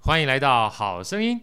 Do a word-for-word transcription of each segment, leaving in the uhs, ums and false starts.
欢迎来到好声音。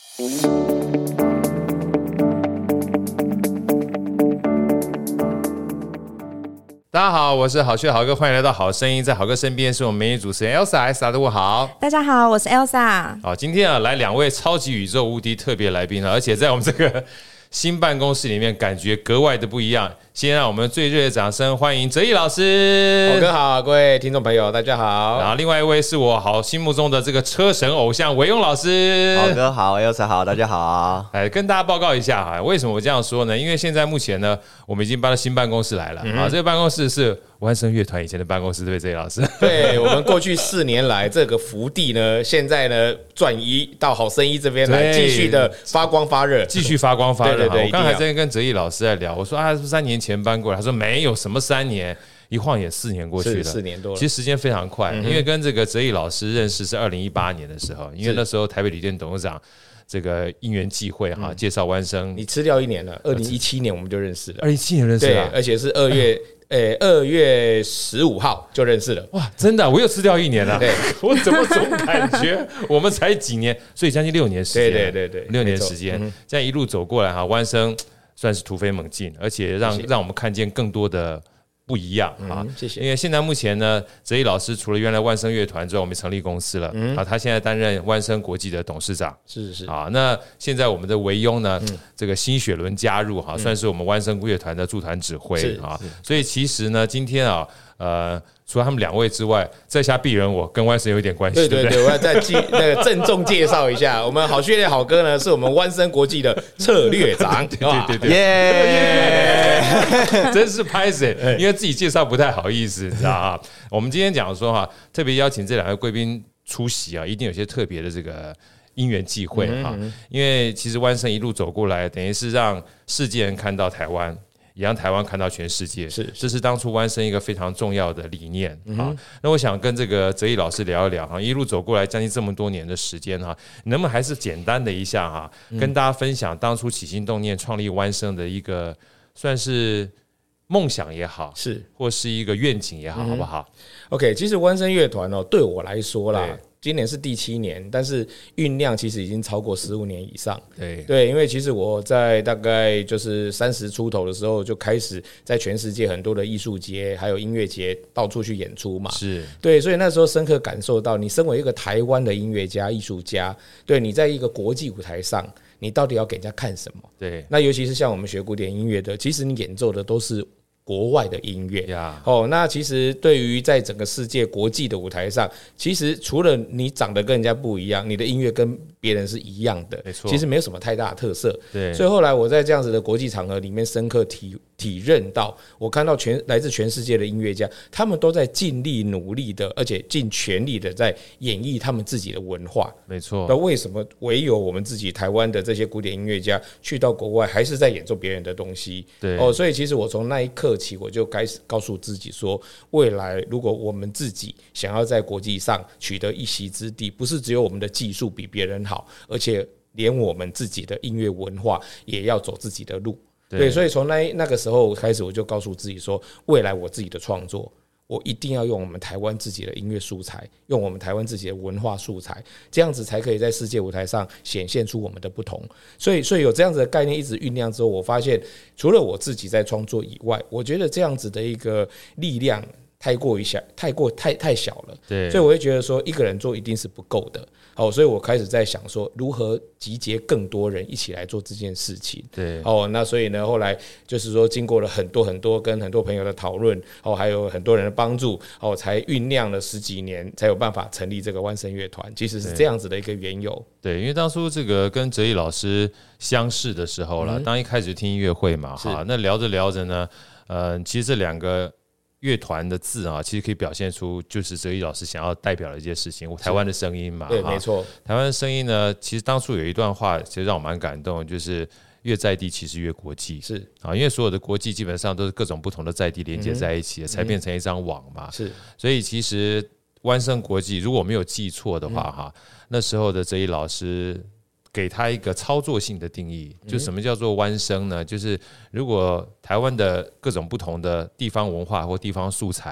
大家好，我是好趣好哥，欢迎来到好声音。在好哥身边是我们美女主持人 Elsa，Elsa 的我好。 大家好，我是 Elsa。 好，今天啊来两位超级宇宙无敌特别来宾了，而且在我们这个新办公室里面，感觉格外的不一样。先让我们最热烈的掌声欢迎哲毅老师。 好哥好，各位听众朋友大家好。 然后另外一位是我好心目中的这个车神偶像韦庸老师。 好哥好 ，Elsa 好，大家好。 来跟大家报告一下哈，为什么我这样说呢？因为现在目前呢，我们已经搬到新办公室来了、嗯、啊。这个办公室是湾声乐团以前的办公室，对不对，哲毅老师？ 对，我们过去四年来这个福地呢，现在呢转移到好声音这边来，继续的发光发热， 继续发光发热。 对对对， 我刚才在跟哲毅老师在聊，我说啊，是不是三年前搬过来？他说没有，什么三年。一晃也四年过去了， 四年多了。 其实时间非常快、嗯，因为跟这个哲毅老师认识是二零一八年的时候，因为那时候台北旅店董事长这个因缘际会哈、嗯，介绍湾声。 你吃掉一年了，二零一七年我们就认识了。 二零一七年认识了， 对，而且是二月，呃，二月十五号就认识了。 哇，真的、啊，我又吃掉一年了。对，我怎么总感觉我们才几年，所以将近六年时间。 对对对对， 六年时间、嗯，这样一路走过来哈，湾声算是突飞猛进，而且让谢谢让我们看见更多的不一样啊、 嗯！谢谢。 因为现在目前呢，哲毅老师除了原来湾声乐团之外，我们成立公司了、嗯、啊，他现在担任湾声国际的董事长。 是是啊，那现在我们的韦庸呢、嗯，这个新雪伦加入哈、啊，算是我们湾声乐团的驻团指挥啊。所以其实呢，今天啊，呃。除了他们两位之外，在下鄙人我跟湾声有一点关系， 对对对，我要再记那个郑重介绍一下，我们好训练好哥呢，是我们湾声国际的策略长， 对对对对， 耶、 yeah! 真是拍死，因为自己介绍不太好意思，你知道啊？我们今天讲说哈，特别邀请这两位贵宾出席啊，一定有些特别的这个因缘际会哈、嗯，因为其实湾声一路走过来，等于是让世界人看到台湾。也让台湾看到全世界， 是， 这是当初湾声一个非常重要的理念、 嗯、 啊。那我想跟这个哲毅老师聊一聊哈，一路走过来将近这么多年的时间哈，能不能还是简单的一下哈，嗯、跟大家分享当初起心动念创立湾声的一个算是梦想也好， 是或是一个愿景也好，嗯、好不好 ？OK， 其实湾声乐团哦，对我来说啦。今年是第七年，但是酝酿其实已经超过十五年以上。 对对，因为其实我在大概就是三十出头的时候，就开始在全世界很多的艺术节还有音乐节到处去演出嘛。 是对，所以那时候深刻感受到，你身为一个台湾的音乐家、艺术家，对你在一个国际舞台上，你到底要给人家看什么？ 对， 那尤其是像我们学古典音乐的，其实你演奏的都是国外的音乐、 yeah. 哦，那其实对于在整个世界国际的舞台上，其实除了你长得跟人家不一样，你的音乐跟别人是一样的， 没错， 其实没有什么太大的特色。 对， 所以后来我在这样子的国际场合里面，深刻体体认到，我看到全来自全世界的音乐家，他们都在尽力努力的，而且尽全力的在演绎他们自己的文化。 没错。 那为什么唯有我们自己台湾的这些古典音乐家去到国外，还是在演奏别人的东西？ 对哦，所以其实我从那一刻起，我就开始告诉自己说，未来如果我们自己想要在国际上取得一席之地，不是只有我们的技术比别人好，而且连我们自己的音乐文化也要走自己的路。对，对，所以从那那个时候开始，我就告诉自己说，未来我自己的创作，我一定要用我们台湾自己的音乐素材，用我们台湾自己的文化素材，这样子才可以在世界舞台上显现出我们的不同。所以，所以有这样子的概念一直酝酿之后，我发现除了我自己在创作以外，我觉得这样子的一个力量太过于小，太过太太小了。 对， 所以我会觉得说，一个人做一定是不够的。好，所以我开始在想说，如何集结更多人一起来做这件事情。 对， 哦，那所以呢，后来就是说，经过了很多很多跟很多朋友的讨论，哦，还有很多人的帮助，哦，才酝酿了十几年，才有办法成立这个湾声乐团。其实是这样子的一个缘由。 对，因为当初这个跟哲毅老师相识的时候了、嗯，当一开始听音乐会嘛，哈，那聊着聊着呢，呃，其实这两个乐团的字啊，其实可以表现出就是哲毅老师想要代表的一件事情，台湾的声音嘛。 对，没错。 台湾的声音呢，其实当初有一段话，其实让我蛮感动，就是越在地其实越国际。 是啊，因为所有的国际基本上都是各种不同的在地连接在一起、嗯，才变成一张网嘛。 是， 所以其实湾声国际，如果我没有记错的话，哈、嗯，那时候的哲毅老师给他一个操作性的定义，就什么叫做湾声呢？就是如果台湾的各种不同的地方文化或地方素材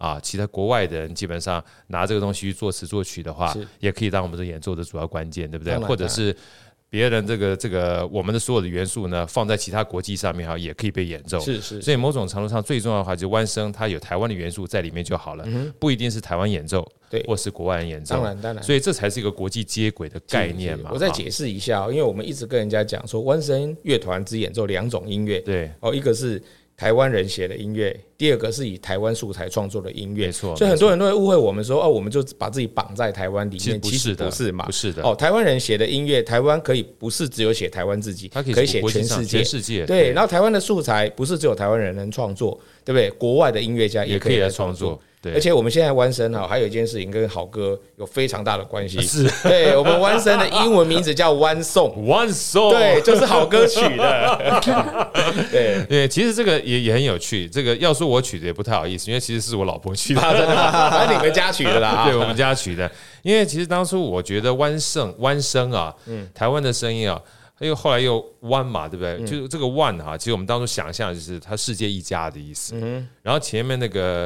啊，其他国外的人基本上拿这个东西去作词作曲的话，也可以当我们这演奏的主要关键，对不对？或者是别人这个这个我们的所有的元素呢，放在其他国际上面哈，也可以被演奏。 是是， 所以某种程度上最重要的话，就是湾声它有台湾的元素在里面就好了，嗯、不一定是台湾演奏，对，或是国外人演奏。 当然当然， 所以这才是一个国际接轨的概念嘛。 我再解释一下、哦，因为我们一直跟人家讲说，湾声乐团只演奏两种音乐， 对， 哦，一个是台湾人写的音乐，第二个是以台湾素材创作的音乐， 没错。 所以很多人都会误会我们说，哦，我们就把自己绑在台湾里面， 其实不是嘛， 不是的。 哦，台湾人写的音乐，台湾可以不是只有写台湾自己， 它可以写全世界， 全世界。 对，然后台湾的素材不是只有台湾人能创作，对不对？国外的音乐家也可以来创作。而且我们现在湾声哈，还有一件事情跟好歌有非常大的关系。 是， 对，我们湾声的英文名字叫湾颂， 湾颂， 对，就是好歌取的。对对，其实这个也也很有趣。这个要说我取的也不太好意思，因为其实是我老婆取的， 真的，反正你们家取的啦。 对，我们家取的。因为其实当初我觉得湾声湾声啊，嗯，台湾的声音啊。又后来又湾嘛，对不对？嗯、就是这个湾哈，其实我们当初想象就是它世界一家的意思。嗯、然后前面那个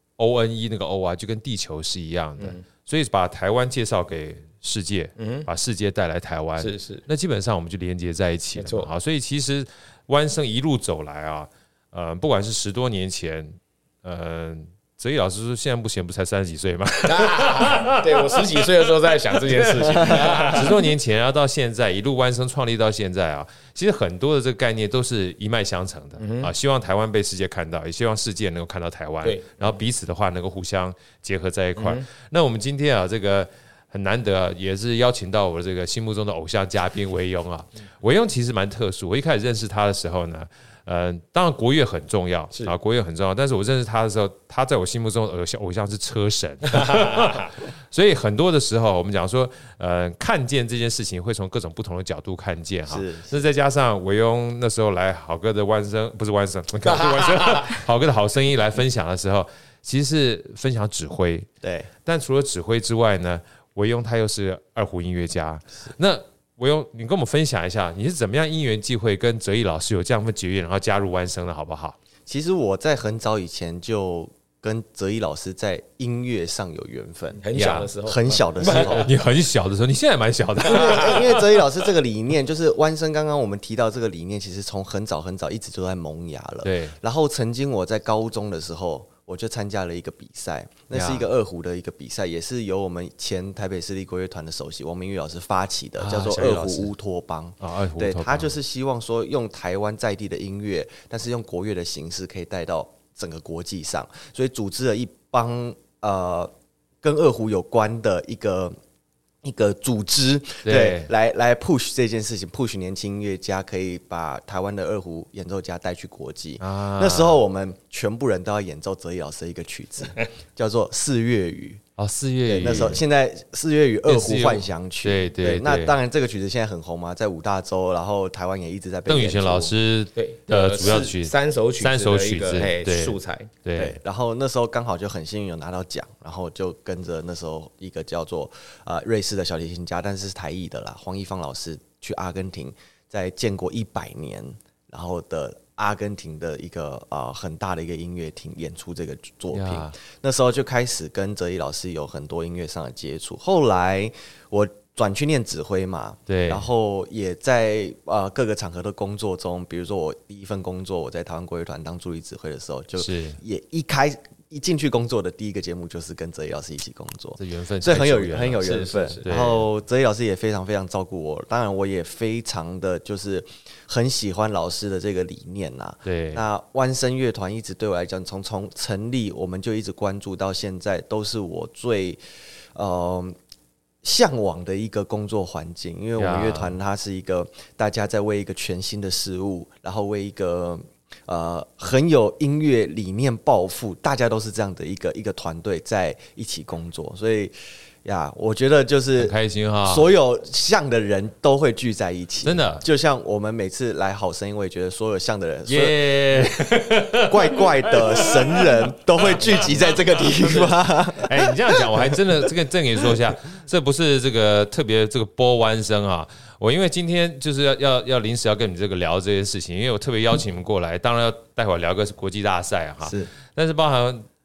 O N E 那个 O 啊，就跟地球是一样的，嗯、所以把台湾介绍给世界，嗯、把世界带来台湾， 是是。 那基本上我们就连接在一起了嘛。所以其实湾声一路走来啊，呃，不管是十多年前，嗯、呃。哲毅老师说：“现在目前不才三十几岁吗？” 啊、对，我十几岁的时候在想这件事情， 十多年前，然后到现在一路湾声创立到现在啊，其实很多的这个概念都是一脉相承的、嗯、啊。希望台湾被世界看到，也希望世界能够看到台湾，然后彼此的话能够互相结合在一块、嗯。那我们今天啊，这个很难得、啊，也是邀请到我这个心目中的偶像嘉宾维庸啊。维庸其实蛮特殊，我一开始认识他的时候呢。呃，当然国乐很重要啊，国乐很重要。但是我认识他的时候，他在我心目中的偶像偶像是车神，所以很多的时候我们讲说，呃，看见这件事情会从各种不同的角度看见哈。那再加上维庸那时候来好歌的湾声，不是湾声，不是湾声，好歌的好声音来分享的时候，其实是分享指挥。 对， 但除了指挥之外呢，维庸他又是二胡音乐家。那维庸，你跟我们分享一下，你是怎么样因缘际会跟哲毅老师有这样份结缘，然后加入湾声的好不好？ 其实我在很早以前就跟哲毅老师在音乐上有缘分， 很小的时候， 很小的时候， 你很小的时候，你现在蛮小的， 因为哲毅老师这个理念，就是湾声，刚刚我们提到这个理念，其实从很早很早一直都在萌芽了。 对， 然后曾经我在高中的时候。我就参加了一个比赛，那是一个二胡的一个比赛，也是由我们前台北市立国乐团的首席王明玉老师发起的，叫做二胡乌托邦。对，他就是希望说用台湾在地的音乐，但是用国乐的形式可以带到整个国际上，所以组织了一帮呃跟二胡有关的一个。一个组织，对，对来来 push 这件事情 ，push 年轻音乐家可以把台湾的二胡演奏家带去国际。啊、那时候我们全部人都要演奏哲毅老师的一个曲子，叫做《四月雨》。 哦，四月雨那时候，现在四月雨二胡幻想曲， 对 对, 对, 对。 那当然，这个曲子现在很红嘛，在五大洲，然后台湾也一直在被邓雨贤老师的主要曲三首曲三首曲子对素材对, 对。 然后那时候刚好就很幸运有拿到奖，然后就跟着那时候一个叫做呃瑞士的小提琴家，但是是台裔的啦，黄一芳老师去阿根廷，在建国一百年，然后的。阿根廷的一个呃很大的一个音乐厅演出这个作品， yeah. 那时候就开始跟哲毅老师有很多音乐上的接触。后来我转去念指挥嘛，对，然后也在呃各个场合的工作中，比如说我第一份工作，我在台湾国乐团当助理指挥的时候，就也一开一进去工作的第一个节目就是跟哲毅老师一起工作， 这缘分， 所以很有很有缘分。然后哲毅老师也非常非常照顾我，当然我也非常的就是很喜欢老师的这个理念呐。对，那湾声乐团一直对我来讲，从从成立我们就一直关注到现在，都是我最呃向往的一个工作环境，因为我们乐团它是一个大家在为一个全新的事物，然后为一个。呃，很有音乐理念抱负，大家都是这样的一个一个团队在一起工作，所以呀，我觉得就是很开心哈， 所有像的人都会聚在一起， 真的， 就像我们每次来好声音，我也觉得所有像的人，耶、yeah ，怪怪的神人都会聚集在这个地方。 哎、欸，你这样讲，我还真的这个正给你说一下，这不是这个特别这个播湾声啊。我因为今天就是要要要临时要跟你这个聊这件事情，因为我特别邀请你们过来，当然要待会儿聊个国际大赛哈。是，但是包含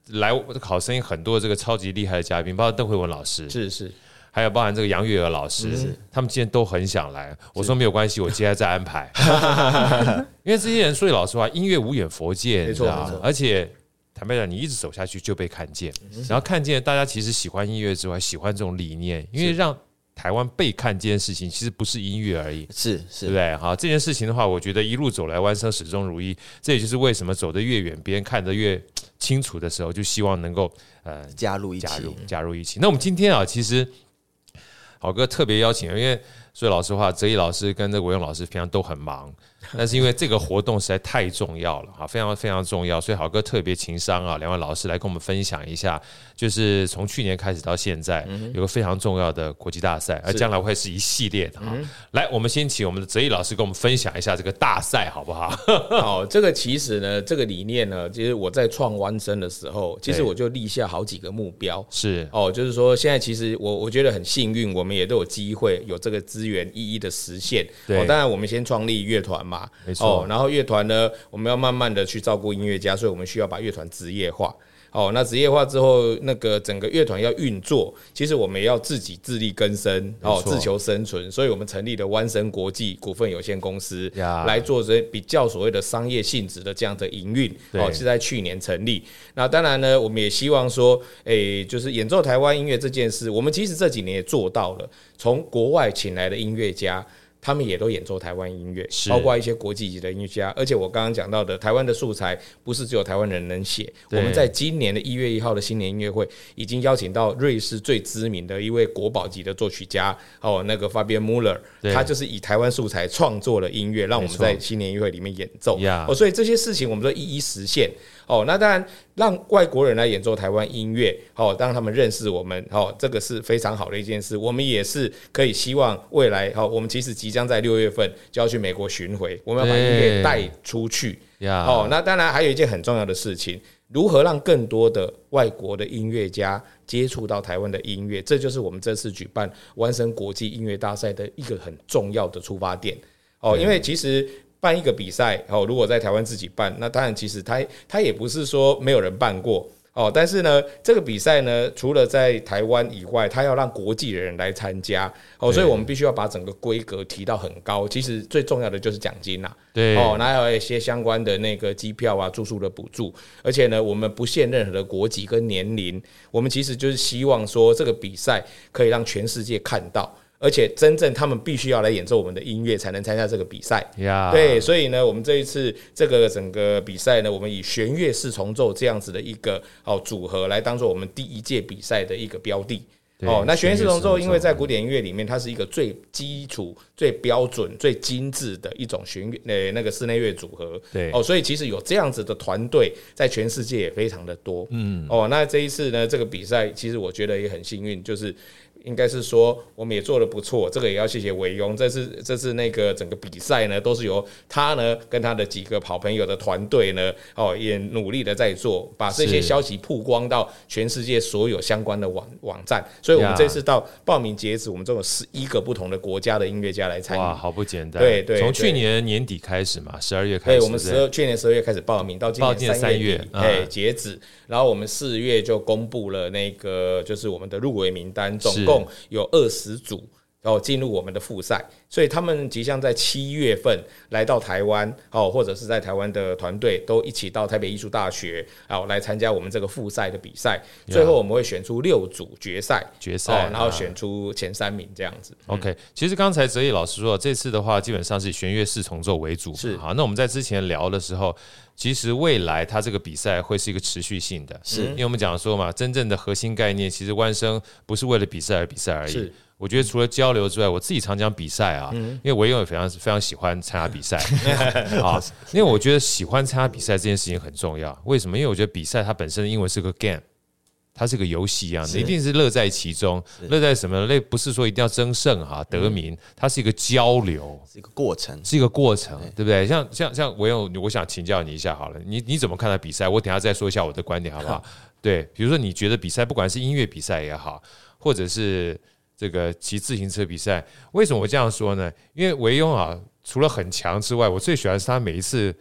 来考声音很多这个超级厉害的嘉宾，包括邓惠文老师， 是是。 还有包含这个杨月娥老师，他们今天都很想来。我说没有关系，我接下来再安排。因为这些人说句老实话，音乐无远弗届， 没错没错。 而且坦白讲，你一直走下去就被看见，然后看见大家其实喜欢音乐之外，喜欢这种理念，因为让台湾被看这件事情，其实不是音乐而已， 是是， 对不对？好，这件事情的话，我觉得一路走来，弯生始终如一。这也就是为什么走得越远，别人看得越清楚的时候，就希望能够呃加入一起， 加入加入一起。那我们今天啊，其实好哥特别邀请，因为说老实话，哲毅老师跟这个维勇老师平常都很忙，但是因为这个活动实在太重要了哈，非常非常重要，所以好哥特别情商啊，两位老师来跟我们分享一下，就是从去年开始到现在，有个非常重要的国际大赛，而将来会是一系列的哈。来，我们先请我们的哲毅老师跟我们分享一下这个大赛好不好？ 好，这个其实呢，这个理念呢，其实我在创湾生的时候，其实我就立下好几个目标， 是哦，就是说现在其实我我觉得很幸运，我们也都有机会有这个资源一一的实现。哦，当然我们先创立乐团嘛， 没错。 哦，然后乐团呢，我们要慢慢的去照顾音乐家，所以我们需要把乐团职业化。哦，那职业化之后，那个整个乐团要运作，其实我们也要自己自力更生，哦，自求生存，所以我们成立了湾生国际股份有限公司，来做这比较所谓的商业性质的这样的营运。哦，是在去年成立。那当然呢，我们也希望说，诶，就是演奏台湾音乐这件事，我们其实这几年也做到了，从国外请来的音乐家。他们也都演奏台湾音乐，包括一些国际级的音乐家。而且我刚刚讲到的，台湾的素材不是只有台湾人能写。我们在今年的一月一号的新年音乐会，已经邀请到瑞士最知名的一位国宝级的作曲家，哦，那个 Fabian Muller， 他就是以台湾素材创作了音乐，让我们在新年音乐会里面演奏。哦，所以这些事情我们都一一实现。哦，那当然让外国人来演奏台湾音乐，哦，让他们认识我们，哦，这个是非常好的一件事。我们也是可以希望未来，哦，我们其实即将在六月份就要去美国巡回，我们要把音乐带出去。哦，那当然还有一件很重要的事情，如何让更多的外国的音乐家接触到台湾的音乐，这就是我们这次举办湾生国际音乐大赛的一个很重要的出发点。哦，因为其实办一个比赛，哦，如果在台湾自己办，那当然其实它它也不是说没有人办过。哦，但是呢，这个比赛呢，除了在台湾以外，它要让国际的人来参加，哦，所以我们必须要把整个规格提到很高。其实最重要的就是奖金啦， 对， 哦，那还有一些相关的那个机票啊、住宿的补助，而且呢，我们不限任何的国籍跟年龄，我们其实就是希望说，这个比赛可以让全世界看到。而且真正他们必须要来演奏我们的音乐才能参加这个比赛。 Yeah. 对，所以呢，我们这一次这个整个比赛呢，我们以弦乐四重奏这样子的一个哦组合来当做我们第一届比赛的一个标的。哦，那弦乐四重奏因为在古典音乐里面，它是一个最基础、最标准、最精致的一种弦乐呃那个室内乐组合。 对， 哦，所以其实有这样子的团队在全世界也非常的多。嗯，哦，那这一次呢，这个比赛其实我觉得也很幸运，就是。应该是说，我们也做得不错，这个也要谢谢维庸。这次这次那个整个比赛呢，都是由他呢跟他的几个好朋友的团队呢，哦，也努力的在做，把这些消息曝光到全世界所有相关的网网站。所以我们这次到报名截止，我们总有十一个不同的国家的音乐家来参与。 哇，好不简单！ 对 对, 對， 从去年年底开始嘛，十二月开始， 对，我们十二去年十二月开始报名，到今年三月底，哎、嗯，截止。然后我们四月就公布了那个就是我们的入围名单，总共有二十组，然后进入我们的复赛，所以他们即将在七月份来到台湾，哦，或者是在台湾的团队都一起到台北艺术大学，哦，来参加我们这个复赛的比赛。最后我们会选出六组决赛， 决赛， 哦，然后选出前三名这样子。 OK，嗯，其实刚才哲毅老师说，这次的话基本上是以弦乐四重奏为主，是好。那我们在之前聊的时候。其实未来它这个比赛会是一个持续性的，是因为我们讲说嘛，真正的核心概念其实湾生不是为了比赛而比赛而已。我觉得除了交流之外，我自己常讲比赛啊，嗯，因为我也非常非常喜欢参加比赛啊，因为我觉得喜欢参加比赛这件事情很重要。为什么？因为我觉得比赛它本身的英文是个 game。它是个游戏一样的，一定是乐在其中。乐在什么？乐不是说一定要争胜哈得名，它是一个交流， 是一个过程， 是一个过程，对不对？像像像我有，我想请教你一下好了，你你怎么看待比赛？我等一下再说一下我的观点好不好？对，比如说你觉得比赛，不管是音乐比赛也好，或者是这个骑自行车比赛，为什么我这样说呢？因为维庸啊，除了很强之外，我最喜欢是他每一次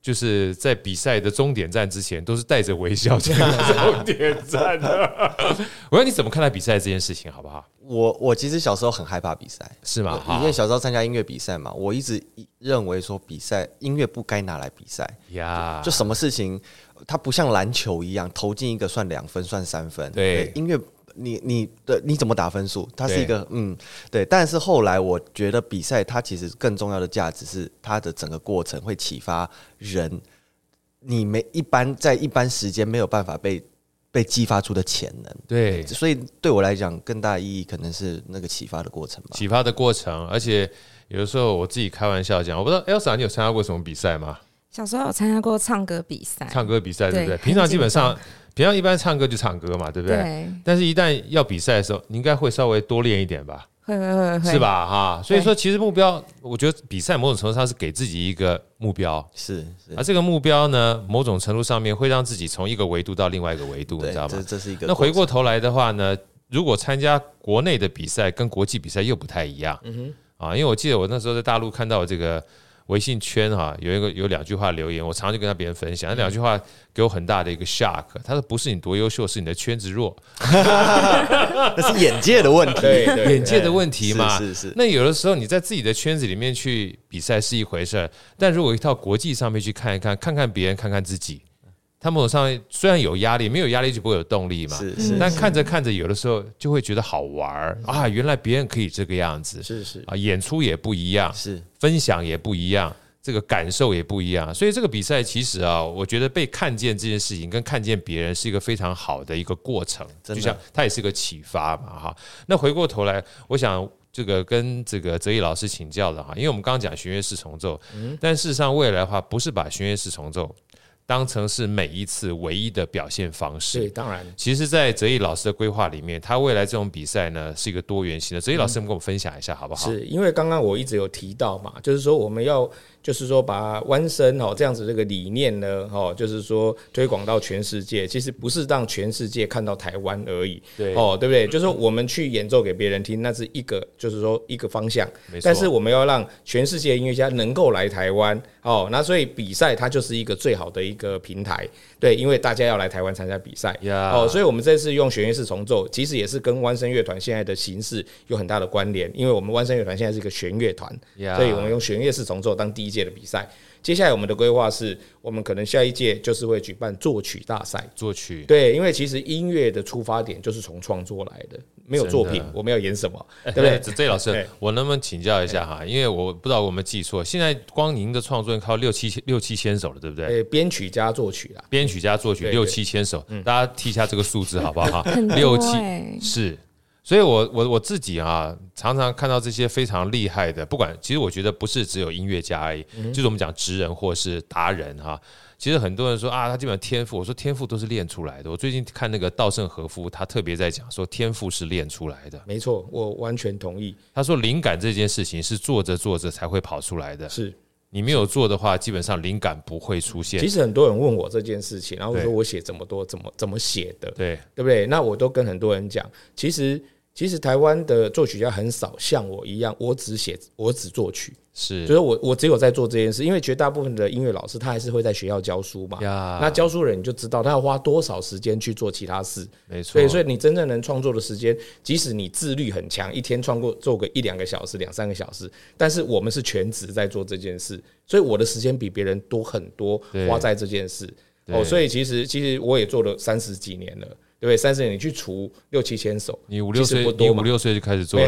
就是在比赛的终点站之前，都是带着微笑进终点站的。我说你怎么看待比赛这件事情，好不好？ 我我其实小时候很害怕比赛， 是吗？ 因为小时候参加音乐比赛嘛，我一直认为说比赛音乐不该拿来比赛呀，就什么事情它不像篮球一样投进一个算两分算三分， 对， 音乐。你你的你怎么打分数？它是一个嗯对，但是后来我觉得比赛它其实更重要的价值是它的整个过程会启发人，你没一般在一般时间没有办法被被激发出的潜能。 对， 所以对我来讲更大的意义可能是那个启发的过程吧。 启发的过程，而且有的时候我自己开玩笑讲，我不知道 Elsa 你有参加过什么比赛吗？ 小时候有参加过唱歌比赛， 唱歌比赛对不对？平常基本上。平常一般唱歌就唱歌嘛，对不对？对。但是，一旦要比赛的时候，你应该会稍微多练一点吧？ 会会会会， 是吧？哈，所以说，其实目标，我觉得比赛某种程度上是给自己一个目标， 是。是而这个目标呢，某种程度上面会让自己从一个维度到另外一个维度，你知道吗？ 这这是一个。 那回过头来的话呢，如果参加国内的比赛跟国际比赛又不太一样，嗯哼，啊，因为我记得我那时候在大陆看到这个。微信圈哈有一个有两句话留言，我常常就跟他别人分享，那两句话给我很大的一个 shock。他说不是你多优秀，是你的圈子弱， 那是眼界的问题， 眼界的问题嘛。 是是是。 那有的时候你在自己的圈子里面去比赛是一回事，但如果一到国际上面去看一看，看看别人，看看自己。他某种上虽然有压力，没有压力就不会有动力嘛。 是是。 但看着看着，有的时候就会觉得好玩啊！原来别人可以这个样子， 是是啊，演出也不一样， 是分享也不一样，这个感受也不一样。所以这个比赛其实啊，我觉得被看见这件事情跟看见别人是一个非常好的一个过程，就像它也是个启发嘛哈。那回过头来，我想。这个跟这个哲毅老师请教的哈，因为我们刚刚讲弦乐四重奏，嗯、但事实上未来的话，不是把弦乐四重奏当成是每一次唯一的表现方式。 对，当然， 其实，在哲毅老师的规划里面，他未来这种比赛呢是一个多元性的。哲毅老师，能跟我们分享一下好不好？ 是因为刚刚我一直有提到嘛，就是说我们要。就是说，把弯身哦这样子这个理念呢，哦，就是说推广到全世界，其实不是让全世界看到台湾而已， 对， 哦，对不对？就是说我们去演奏给别人听，那是一个，就是说一个方向，但是我们要让全世界音乐家能够来台湾，哦，那所以比赛它就是一个最好的一个平台，对，因为大家要来台湾参加比赛， yeah. 哦，所以我们这次用弦乐四重奏，其实也是跟弯声乐团现在的形式有很大的关联，因为我们弯声乐团现在是一个弦乐团， yeah. 所以我们用弦乐四重奏当第一届的比赛。接下来我们的规划是，我们可能下一届就是会举办作曲大赛。 作曲， 对，因为其实音乐的出发点就是从创作来的，没有作品，我们要演什么，对不对？ 这老师，我能不能请教一下哈？因为我不知道我们记错，现在光您的创作靠六七千六七千首了，对不对？ 呃，编曲加作曲啦， 编曲加作曲六七千首，大家提一下这个数字好不好？六七是。所以我，我我自己啊，常常看到这些非常厉害的，不管其实我觉得不是只有音乐家而已，嗯、就是我们讲职人或是达人哈。其实很多人说啊，他基本上天赋，我说天赋都是练出来的。我最近看那个稻盛和夫，他特别在讲说天赋是练出来的。 没错，我完全同意。 他说灵感这件事情是做着做着才会跑出来的。 是。 你没有做的话，基本上灵感不会出现。 其实很多人问我这件事情，然后我说我写这么多，怎么怎么写的？ 对， 对不对？那我都跟很多人讲，其实。其实台湾的作曲家很少像我一样，我只写我只作曲， 是， 就是我我只有在做这件事，因为绝大部分的音乐老师他还是会在学校教书嘛，那教书人你就知道他要花多少时间去做其他事， 没错， 对，所以你真正能创作的时间，即使你自律很强，一天创作做个一两个小时、两三个小时，但是我们是全职在做这件事，所以我的时间比别人多很多，花在这件事，哦，所以其实其实我也做了三十几年了。对不对？三十年你去除六七千首， 你五六岁，你五六岁就开始做了。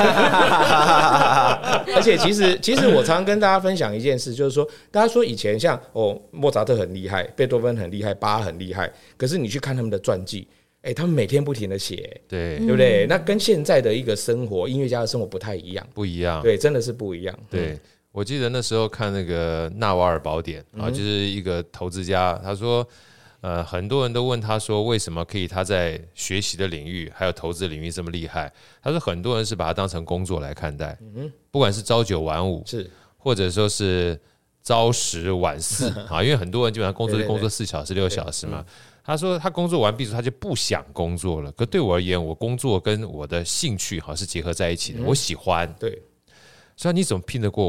而且其实其实我常常跟大家分享一件事，就是说，大家说以前像哦莫扎特很厉害，贝多芬很厉害，巴哈很厉害，可是你去看他们的传记，哎，他们每天不停的写， 对对不对？那跟现在的一个生活，音乐家的生活不太一样， 不一样， 对，真的是不一样。 对，嗯、我记得那时候看那个《纳瓦尔宝典》啊，就是一个投资家，他说。呃，很多人都问他说，为什么可以他在学习的领域还有投资的领域这么厉害？他说，很多人是把它当成工作来看待，嗯、不管是朝九晚五， 是或者说是朝十晚四啊，因为很多人基本上工作就工作四小时、六小时嘛。他说他工作完毕之后他就不想工作了。可对我而言，我工作跟我的兴趣好是结合在一起的，嗯、我喜欢。 对， 所以你怎么拼得过我？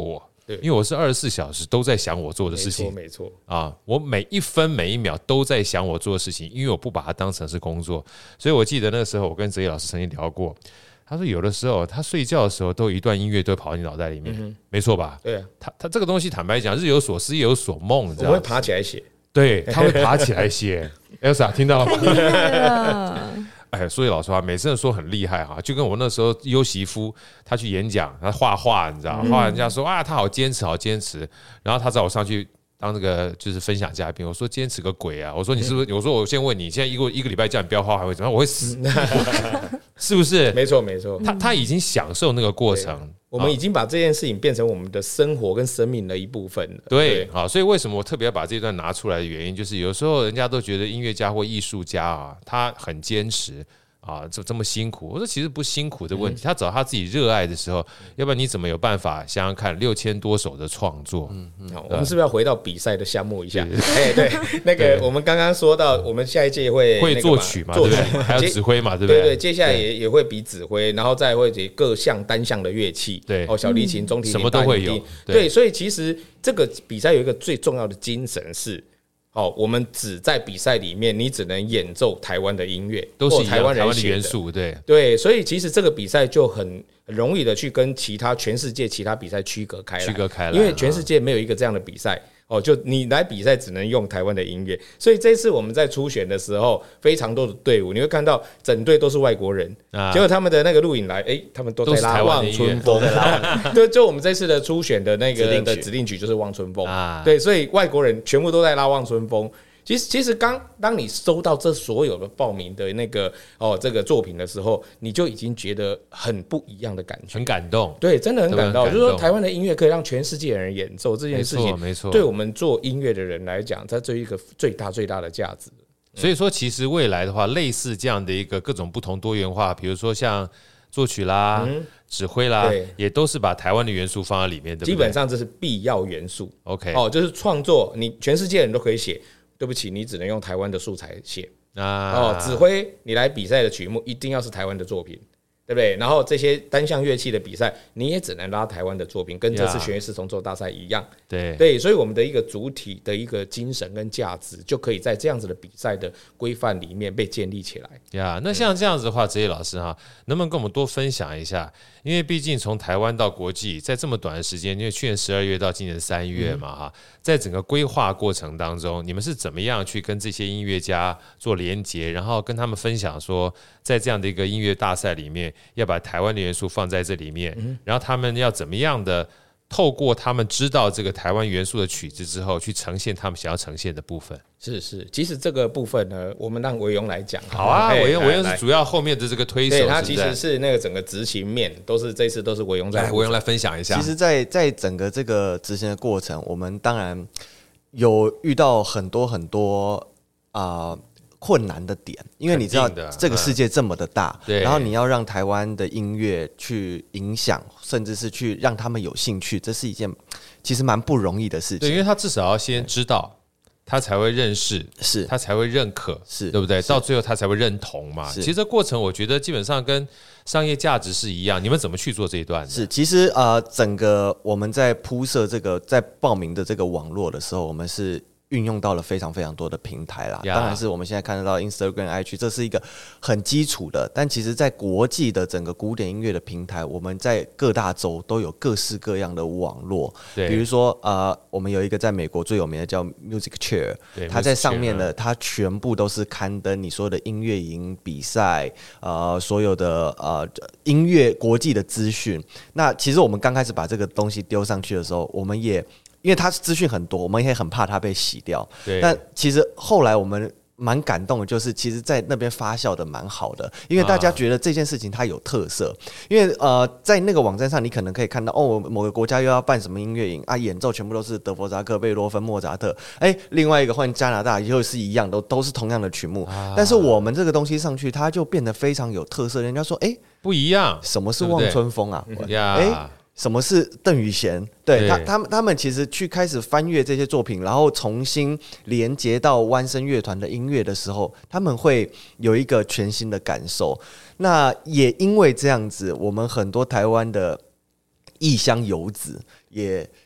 因为我是二十四小时都在想我做的事情， 没错， 啊，我每一分每一秒都在想我做的事情，因为我不把它当成是工作，所以我记得那个时候我跟哲毅老师曾经聊过，他说有的时候他睡觉的时候都有一段音乐都会跑到你脑袋里面，嗯、没错吧？ 对啊， 他他这个东西坦白讲，日有所思夜有所梦，你知道吗？ 我会爬起来写， 对，他会爬起来写。Elsa 听到了吗？哎，说句老实话，每次人说很厉害哈，就跟我那时候优媳妇，他去演讲，他画画，你知道，画人家说啊，他好坚持，好坚持，然后他找我上去当那个就是分享嘉宾，我说坚持个鬼啊！我说你是不是？我说我先问你，现在一个一个礼拜叫你不要画，还会怎么样？我会死，是不是？ 没错，没错。 他他已经享受那个过程。 我们已经把这件事情变成我们的生活跟生命的一部分了。 对，好，所以为什么我特别要把这段拿出来的原因，就是有时候人家都觉得音乐家或艺术家啊，他很坚持啊，这这么辛苦。我说其实不辛苦的问题，他找他自己热爱的时候，要不然你怎么有办法想想看六千多首的创作？嗯嗯，好，我们是不是要回到比赛的项目一下？哎，对，那个我们刚刚说到，我们下一届会会作曲嘛，对不对？还有指挥嘛，对不对？ 对对，接下来也也会比指挥，然后再会比各项单项的乐器， 对， 哦，小提琴、中提琴什么都会有。 对，所以其实这个比赛有一个最重要的精神是。哦，我们只在比赛里面，你只能演奏台湾的音乐， 都是台湾人的元素，对对，所以其实这个比赛就很容易的去跟其他全世界其他比赛区隔开来， 区隔开来， 因为全世界没有一个这样的比赛。哦，就你来比赛只能用台湾的音乐，所以这次我们在初选的时候，非常多的队伍，你会看到整队都是外国人，啊、结果他们的那个录影来，哎、欸，他们都在拉《望春风》，对，就我们这次的初选的那个的指定曲就是《望春风》啊，对，所以外国人全部都在拉《望春风》。其实，其实刚当你收到这所有的报名的那个哦这个作品的时候，你就已经觉得很不一样的感觉， 很感动， 对，真的很感动。就是说，台湾的音乐可以让全世界人演奏这件事情， 没错， 对我们做音乐的人来讲，它这一个最大最大的价值。 所以说，其实未来的话，类似这样的一个各种不同多元化，比如说像作曲啦、嗯、指挥啦，也都是把台湾的元素放在里面，对不对？ 基本上这是必要元素。 OK， 哦，就是创作，你全世界人都可以写。对不起，你只能用台湾的素材写啊。哦，指挥你来比赛的曲目一定要是台湾的作品，对不对？然后这些单项乐器的比赛，你也只能拉台湾的作品，跟这次弦乐四重奏大赛一样。 对对，所以我们的一个主体的一个精神跟价值，就可以在这样子的比赛的规范里面被建立起来。 呀，那像这样子的话，哲毅老师哈，能不能跟我们多分享一下？因为毕竟从台湾到国际，在这么短的时间，因为去年十二月到今年三月嘛哈，在整个规划过程当中，你们是怎么样去跟这些音乐家做连结，然后跟他们分享说，在这样的一个音乐大赛里面，要把台湾的元素放在这里面，然后他们要怎么样的透过他们知道这个台湾元素的曲子之后，去呈现他们想要呈现的部分。 是是，其实这个部分呢，我们让维庸来讲。 好啊，维庸维庸是主要后面的这个推手， 对，他其实是那个整个执行面都是这次都是维庸在。 来，维庸来分享一下。 其实在，在在整个这个执行的过程，我们当然有遇到很多很多啊。呃困难的点，因为你知道这个世界这么的大， 嗯、 然后你要让台湾的音乐去影响，甚至是去让他们有兴趣，这是一件其实蛮不容易的事情。 对，因为他至少要先知道，他才会认识， 是他才会认可， 是对不对？到最后他才会认同嘛。其实这过程我觉得基本上跟商业价值是一样。你们怎么去做这一段？ 是，其实呃，整个我们在铺设这个在报名的这个网络的时候，我们是运用到了非常非常多的平台啦， yeah. 当然是我们现在看得到 Instagram、I G， 这是一个很基础的。但其实，在国际的整个古典音乐的平台，我们在各大洲都有各式各样的网络。比如说，呃，我们有一个在美国最有名的叫 Music Chair， 它在上面呢，它全部都是刊登你说的音乐营比赛，呃，所有的呃音乐国际的资讯。那其实我们刚开始把这个东西丢上去的时候，我们也因为它资讯很多，我们也很怕它被洗掉。但其实后来我们蛮感动的，就是其实在那边发酵的蛮好的，因为大家觉得这件事情它有特色。因为呃，在那个网站上，你可能可以看到哦，某个国家又要办什么音乐营啊，演奏全部都是德弗扎克、贝多芬、莫扎特。哎，另外一个换加拿大又是一样，都都是同样的曲目。啊、但是我们这个东西上去，它就变得非常有特色。人家说，哎， 不一样， 什么是望春风啊？ 哎。 什么是邓雨贤？对他，他们他们其实去开始翻阅这些作品，然后重新连接到湾声乐团的音乐的时候，他们会有一个全新的感受。那也因为这样子，我们很多台湾的异乡游子也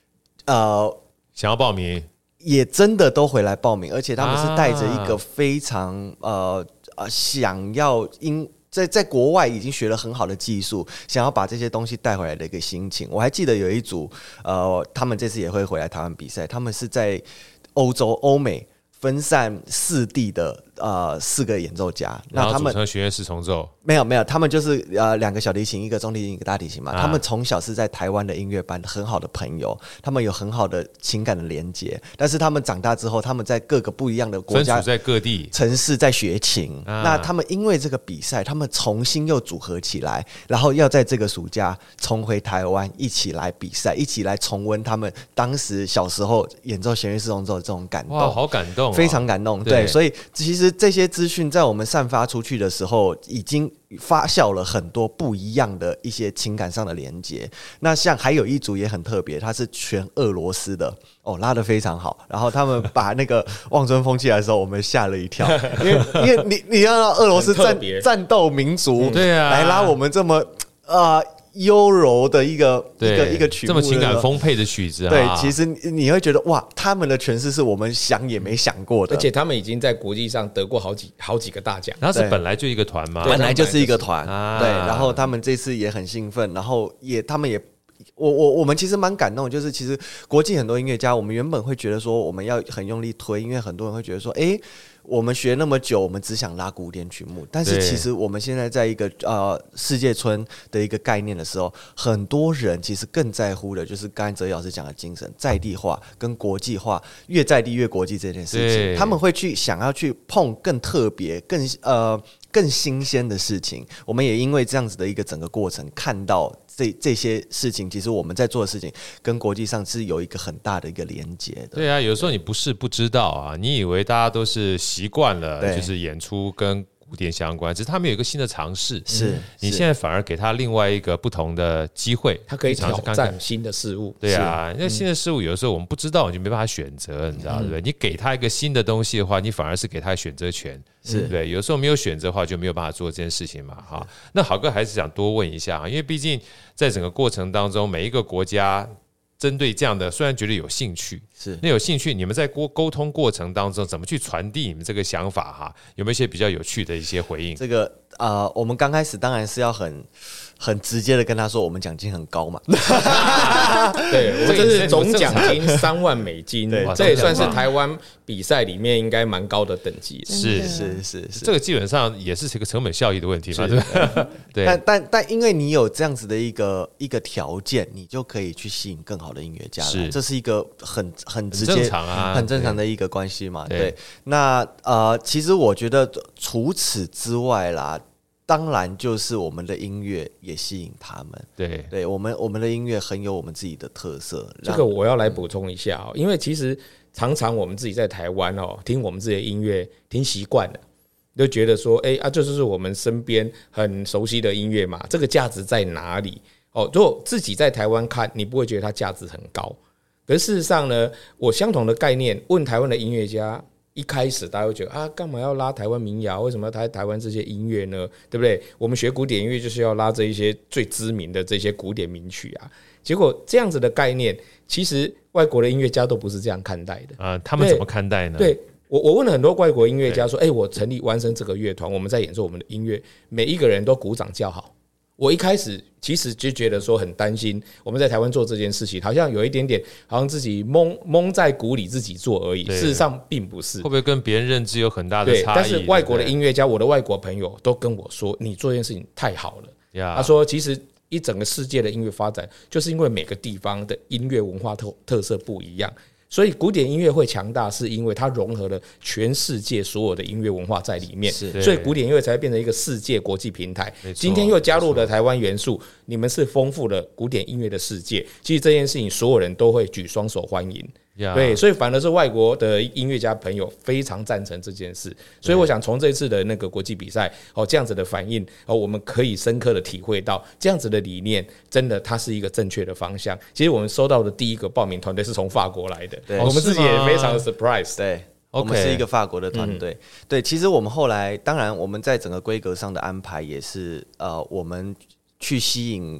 呃想要报名， 也真的都回来报名，而且他们是带着一个非常、啊、呃呃想要因。在在国外已经学了很好的技术，想要把这些东西带回来的一个心情。我还记得有一组，呃，他们这次也会回来台湾比赛，他们是在欧洲、欧美分散四地的呃四个演奏家， 然后那他们组成弦乐四重奏。 没有没有，他们就是呃两个小提琴，一个中提琴，一个大提琴嘛。 啊、 他们从小是在台湾的音乐班很好的朋友，他们有很好的情感的连结。但是他们长大之后，他们在各个不一样的国家、 分处在各地城市在学琴。 啊、 那他们因为这个比赛，他们重新又组合起来，然后要在这个暑假重回台湾，一起来比赛，一起来重温他们当时小时候演奏弦乐四重奏的这种感动。 哇，好感动、哦， 非常感动。对，对，所以其实这些资讯在我们散发出去的时候，已经发酵了很多不一样的一些情感上的连接。那像还有一组也很特别，它是全俄罗斯的哦，拉得非常好。然后他们把那个望春风起来的时候，我们吓了一跳，因为因为你你要俄罗斯战战斗民族、嗯， 对啊， 来拉我们这么啊。呃优柔的一个一个一个曲目， 这么情感丰沛的曲子、啊， 对，其实你会觉得哇，他们的诠释是我们想也没想过的， 而且他们已经在国际上得过好几好几个大奖。 然后是本来就一个团吗？ 本来就是一个团、 啊， 对。然后他们这次也很兴奋，然后也他们也。我我我们其实蛮感动的，就是其实国际很多音乐家，我们原本会觉得说我们要很用力推，因为很多人会觉得说，哎、欸，我们学那么久，我们只想拉古典曲目，但是其实我们现在在一个呃世界村的一个概念的时候，很多人其实更在乎的就是刚才哲老师讲的精神，在地化跟国际化，越在地越国际这件事情，他们会去想要去碰更特别、更呃更新鲜的事情。我们也因为这样子的一个整个过程，看到这这些事情，其实我们在做的事情跟国际上是有一个很大的一个连接的。 对啊，有时候你不是不知道啊，你以为大家都是习惯了，就是演出跟古典相关，只是他们有一个新的尝试， 是你现在反而给他另外一个不同的机会， 他可以挑战新的事物。 对啊，那新的事物有的时候我们不知道，你就没办法选择，你知道对不对？你给他一个新的东西的话，你反而是给他选择权，是对。有时候没有选择的话，就没有办法做这件事情嘛。哈，那好哥还是想多问一下，因为毕竟在整个过程当中，每一个国家针对这样的，虽然觉得有兴趣， 是那有兴趣，你们在沟沟通过程当中怎么去传递你们这个想法哈？有没有一些比较有趣的一些回应？ 这个呃，我们刚开始当然是要很很直接的跟他说，我们奖金很高嘛。 对，我们这是总奖金三万美金，这也算是台湾比赛里面应该蛮高的等级。 是是是是， 这个基本上也是一个成本效益的问题嘛，对吧？对。 但但但因为你有这样子的一个一个条件，你就可以去吸引更好的音乐家来，这是一个很很直接、 很正常啊， 很正常的一个关系嘛。对，对那呃，其实我觉得除此之外啦。当然，就是我们的音乐也吸引他们。 对， 对我们我们的音乐很有我们自己的特色。 这个我要来补充一下哦，因为其实常常我们自己在台湾哦，听我们自己的音乐听习惯了，就觉得说，哎、欸、啊，这就是我们身边很熟悉的音乐嘛，这个价值在哪里？哦，如果自己在台湾看，你不会觉得它价值很高。可是事实上呢，我相同的概念问台湾的音乐家。一开始大家会觉得啊，干嘛要拉台湾民谣？为什么要台台湾这些音乐呢？对不对？我们学古典音乐就是要拉这一些最知名的这些古典名曲啊。结果这样子的概念，其实外国的音乐家都不是这样看待的啊、呃。他们怎么看待呢？ 对我，我问了很多外国音乐家说，哎、欸，我成立完成这个乐团，我们在演奏我们的音乐，每一个人都鼓掌叫好。我一开始其实就觉得说很担心，我们在台湾做这件事情，好像有一点点，好像自己蒙蒙在鼓里自己做而已。事实上并不是， 会不会跟别人认知有很大的差异？ 但是外国的音乐家，我的外国朋友都跟我说，你做这件事情太好了。 Yeah. 他说，其实一整个世界的音乐发展，就是因为每个地方的音乐文化特特色不一样。所以古典音乐会强大，是因为它融合了全世界所有的音乐文化在里面，所以古典音乐才会变成一个世界国际平台。今天又加入了台湾元素，你们是丰富了古典音乐的世界。其实这件事情，所有人都会举双手欢迎。Yeah. 对，所以反而是外国的音乐家朋友非常赞成这件事，所以我想从这次的那个国际比赛哦，这样子的反应哦，我们可以深刻的体会到这样子的理念，真的它是一个正确的方向。其实我们收到的第一个报名团队是从法国来的，我们自己也非常的 surprise。 对。我们是一个法国的团队，嗯，对，其实我们后来，当然我们在整个规格上的安排也是，呃，我们去吸引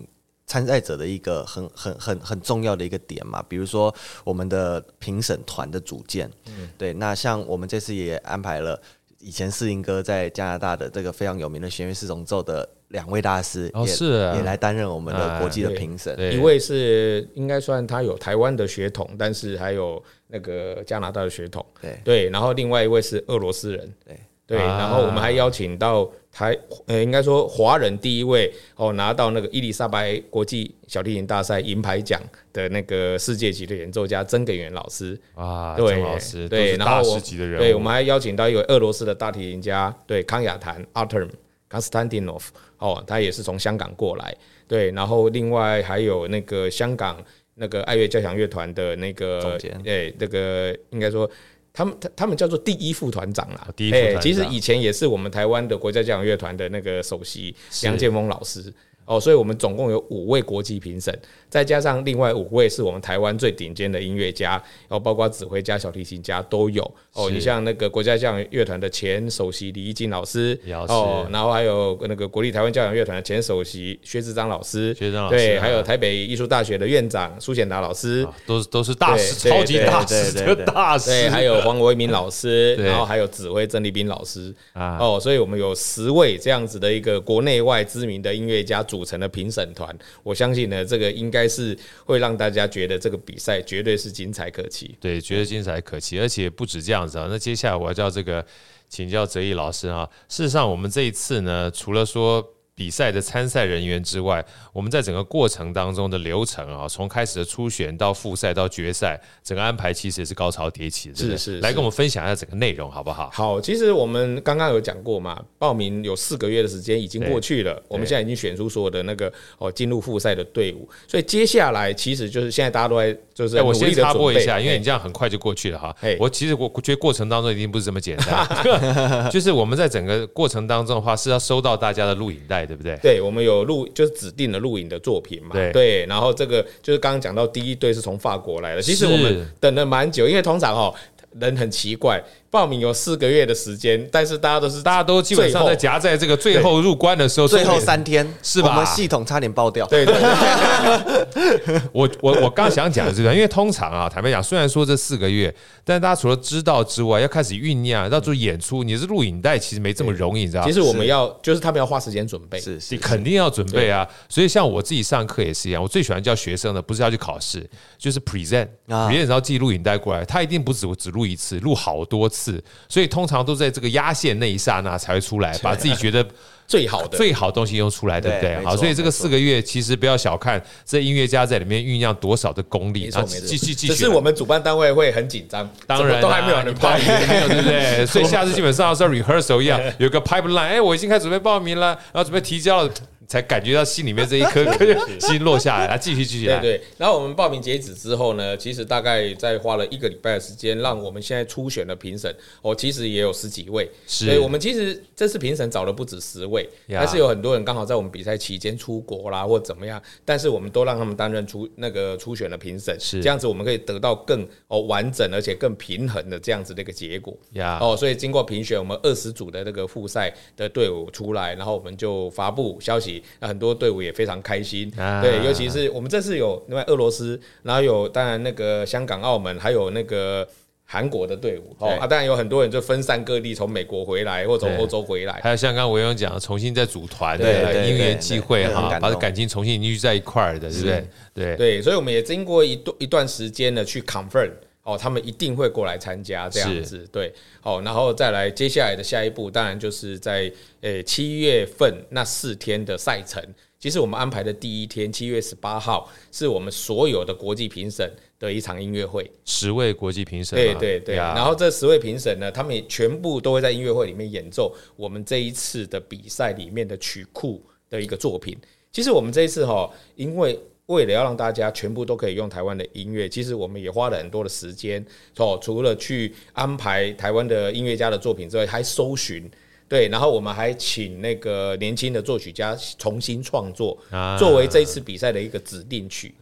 参赛者的一个很很很很重要的一个点嘛，比如说我们的评审团的组建，嗯，对，那像我们这次也安排了以前世林哥在加拿大的这个非常有名的弦乐四重奏的两位大师， 哦也是啊也来担任我们的国际的评审， 一位是应该算他有台湾的血统，但是还有那个加拿大的血统， 对对，然后另外一位是俄罗斯人， 对。 对，然后我们还邀请到台，呃，应该说华人第一位哦拿到那个伊丽莎白国际小提琴大赛银牌奖的那个世界级的演奏家曾根源老师啊， 对， 曾老师对， 然后大师级的人物， 对，我们还邀请到一位俄罗斯的大提琴家，对，康雅谭 Artem Konstantinov， 哦，他也是从香港过来，对，然后另外还有那个香港那个爱乐交响乐团的那个， 总监， 对，那个应该说。他们他们叫做第一副团长啦， 第一副团长， 其实以前也是我们台湾的国家交响乐团的那个首席梁建峰老师哦，所以我们总共有五位国际评审，再加上另外五位是我们台湾最顶尖的音乐家，然后包括指挥家、小提琴家都有哦。你像那个国家交响乐团的前首席李义金老师哦，然后还有那个国立台湾交响乐团的前首席薛志章老师， 薛志章老师对，还有台北艺术大学的院长苏显达老师， 都是都是大师，超级大师的大师， 对，还有黄维民老师，然后还有指挥曾立彬老师哦，所以我们有十位这样子的一个国内外知名的音乐家组成的评审团，我相信呢，这个应该是会让大家觉得这个比赛绝对是精彩可期。 对，觉得精彩可期，而且不止这样子啊。那接下来我要叫这个请教哲毅老师啊。事实上，我们这一次呢，除了说比赛的参赛人员之外，我们在整个过程当中的流程啊，从开始的初选到复赛到决赛，整个安排其实也是高潮迭起的，是是。来跟我们分享一下整个内容好不好？ 好，其实我们刚刚有讲过嘛，报名有四个月的时间已经过去了，我们现在已经选出所有的那个哦进入复赛的队伍，所以接下来其实就是现在大家都在就是我先插播一下，因为你这样很快就过去了哈。我其实我觉得过程当中一定不是这么简单，就是我们在整个过程当中的话是要收到大家的录影带，对不对？ 对，我们有录就是指定的录影的作品嘛，对，对，然后这个就是刚刚讲到第一队是从法国来的，其实我们等了蛮久，因为通常哦人很奇怪。报名有四个月的时间，但是大家都是大家都基本上在夹在这个最后入关的时候， 最后三天是吧？ 我们系统差点爆掉。 对对对， 我我我刚想讲的是，因为通常啊，坦白讲，虽然说这四个月，但大家除了知道之外，要开始酝酿，到做演出，你是录影带，其实没这么容易，你知道吗？ 其实我们要就是他们要花时间准备， 是是， 你肯定要准备啊。所以像我自己上课也是一样，我最喜欢教学生的，不是要去考试，就是 present， 啊 present 要寄录影带过来，他一定不只只录一次，录好多次，所以通常都在这个压线那一刹那才会出来，把自己觉得最好的最好的东西用出来，对不对？好，所以这个四个月其实不要小看这音乐家在里面酝酿多少的功力， 然后继续继续。 只是我们主办单位会很紧张， 当然都还没有人报名， 没有对不对？所以下次基本上像 rehearsal 一样，有个 pipeline， 哎，我已经开始准备报名了，然后准备提交了。才感觉到心里面这一颗心落下来，继续继续来。 对对，然后我们报名截止之后呢，其实大概在花了一个礼拜的时间，让我们现在初选的评审哦，其实也有十几位。所以我们其实这次评审找了不止十位，但是有很多人刚好在我们比赛期间出国啦，或怎么样，但是我们都让他们担任初那个初选的评审，这样子我们可以得到更哦完整而且更平衡的这样子的一个结果。哦，所以经过评选，我们二十组的那个复赛的队伍出来，然后我们就发布消息。很多队伍也非常开心，啊、对，尤其是我们这次有另外俄罗斯，然后有当然那个香港、澳门，还有那个韩国的队伍，哦啊，当然有很多人就分散各地，从美国回来或从欧洲回来， 还有像刚刚维勇讲，重新再组团，对，因缘际会哈，把感情重新凝聚在一块儿的，对不对？对对，所以我们也经过一段一段时间呢去 confirm。哦，他们一定会过来参加这样子，对，哦，然后再来接下来的下一步，当然就是在呃七月份那四天的赛程。其实我们安排的第一天，七月十八号，是我们所有的国际评审的一场音乐会， 十位国际评审， 对对对。然后这十位评审呢，他们也全部都会在音乐会里面演奏我们这一次的比赛里面的曲库的一个作品。其实我们这一次哈，因为为了要让大家全部都可以用台湾的音乐，其实我们也花了很多的时间，哦，除了去安排台湾的音乐家的作品之外，还搜寻，对，然后我们还请那个年轻的作曲家重新创作，作为这一次比赛的一个指定曲。